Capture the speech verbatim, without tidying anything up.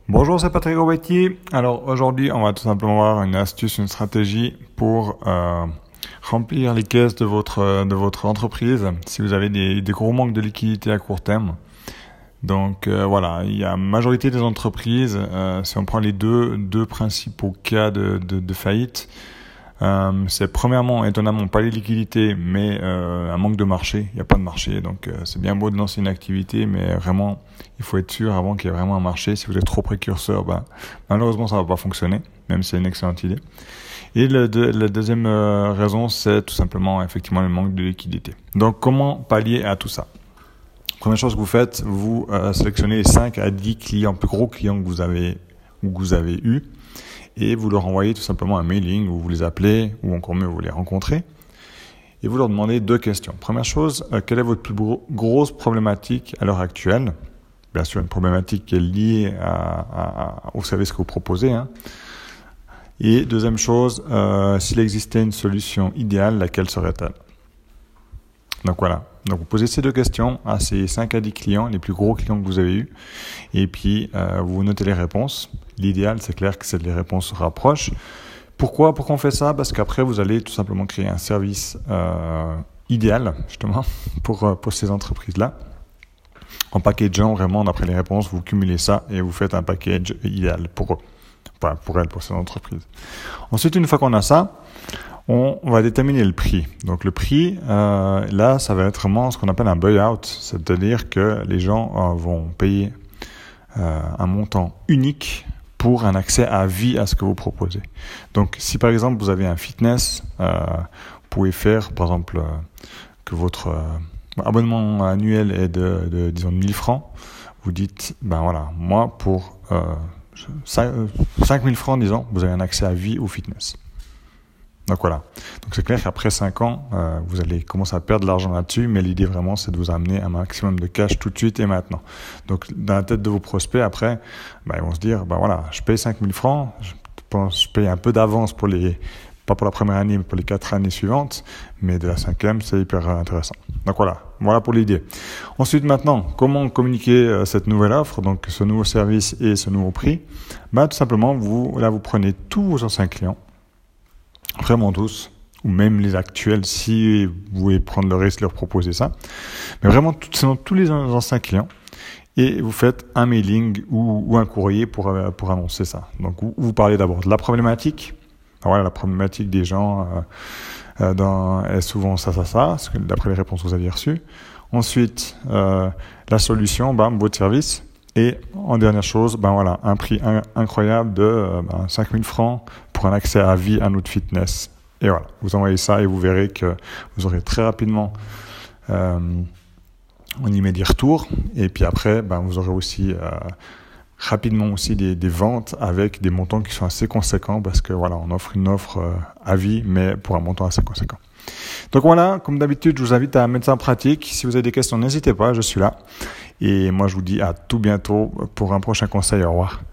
Bonjour, c'est Patrick Robetti. Alors aujourd'hui, on va tout simplement voir une astuce, une stratégie pour euh, remplir les caisses de votre de votre entreprise si vous avez des, des gros manques de liquidité à court terme. Donc euh, voilà, il y a la majorité des entreprises, euh, si on prend les deux deux principaux cas de de, de faillite, euh, c'est premièrement étonnamment pas les liquidités, mais euh, un manque de marché. Il n'y a pas de marché, donc euh, c'est bien beau de lancer une activité, mais vraiment il faut être sûr avant qu'il y ait vraiment un marché. Si vous êtes trop précurseur, ben, malheureusement ça va pas fonctionner, même si c'est une excellente idée. Et le de, la deuxième euh, raison, c'est tout simplement effectivement le manque de liquidité. Donc comment pallier à tout ça? Première chose que vous faites, vous euh, sélectionnez les cinq à dix clients, plus gros clients que vous avez ou que vous avez eu, et vous leur envoyez tout simplement un mailing où vous les appelez, ou encore mieux vous les rencontrez, et vous leur demandez deux questions. Première chose, euh, quelle est votre plus gros, grosse problématique à l'heure actuelle? Bien sûr, une problématique qui est liée à, à, à, au service que vous proposez. Hein. Et deuxième chose, euh, s'il existait une solution idéale, laquelle serait-elle? Donc voilà. Donc vous posez ces deux questions à ces cinq à dix clients, les plus gros clients que vous avez eus, et puis euh, vous notez les réponses. L'idéal, c'est clair que les réponses se rapprochent. Pourquoi Pourquoi on fait ça? Parce qu'après, vous allez tout simplement créer un service euh, idéal, justement, pour, pour ces entreprises-là. En packageant vraiment, d'après les réponses, vous cumulez ça et vous faites un package idéal pour eux, enfin pour elles, pour ces entreprises. Ensuite, une fois qu'on a ça, on va déterminer le prix. Donc le prix, euh, là, ça va être vraiment ce qu'on appelle un buy-out, c'est-à-dire que les gens euh, vont payer euh, un montant unique pour un accès à vie à ce que vous proposez. Donc si par exemple vous avez un fitness, euh, vous pouvez faire par exemple euh, que votre euh, abonnement annuel est de, de disons de mille francs. Vous dites, ben voilà, moi pour euh, cinq mille francs, disons, vous avez un accès à vie au fitness. Donc voilà. Donc c'est clair qu'après cinq ans, euh, vous allez commencer à perdre de l'argent là-dessus, mais l'idée vraiment, c'est de vous amener un maximum de cash tout de suite et maintenant. Donc dans la tête de vos prospects, après, ben, ils vont se dire, ben voilà, je paye cinq mille francs, je pense, je paye un peu d'avance pour les, pas pour la première année, mais pour les quatre années suivantes, mais de la cinquième, c'est hyper intéressant. Donc voilà, voilà pour l'idée. Ensuite maintenant, comment communiquer euh, cette nouvelle offre, donc ce nouveau service et ce nouveau prix? Ben tout simplement, vous là vous prenez tous vos anciens clients, vraiment tous, ou même les actuels, si vous voulez prendre le risque de leur proposer ça. Mais vraiment, tout, sinon, tous les anciens clients. Et vous faites un mailing ou, ou un courrier pour, pour annoncer ça. Donc, vous, vous parlez d'abord de la problématique. Alors, voilà, la problématique des gens euh, euh, dans, est souvent ça, ça, ça, parce que d'après les réponses que vous aviez reçues. Ensuite, euh, la solution, bam, votre service. Et en dernière chose, ben voilà, un prix in- incroyable de euh, ben, cinq mille francs pour un accès à vie à notre fitness. Et voilà, vous envoyez ça et vous verrez que vous aurez très rapidement, euh, on y met des retours. Et puis après, ben vous aurez aussi euh, rapidement aussi des, des ventes avec des montants qui sont assez conséquents parce que voilà, on offre une offre euh, à vie, mais pour un montant assez conséquent. Donc voilà, comme d'habitude, je vous invite à mettre ça en pratique. Si vous avez des questions, n'hésitez pas, je suis là. Et moi, je vous dis à tout bientôt pour un prochain conseil. Au revoir.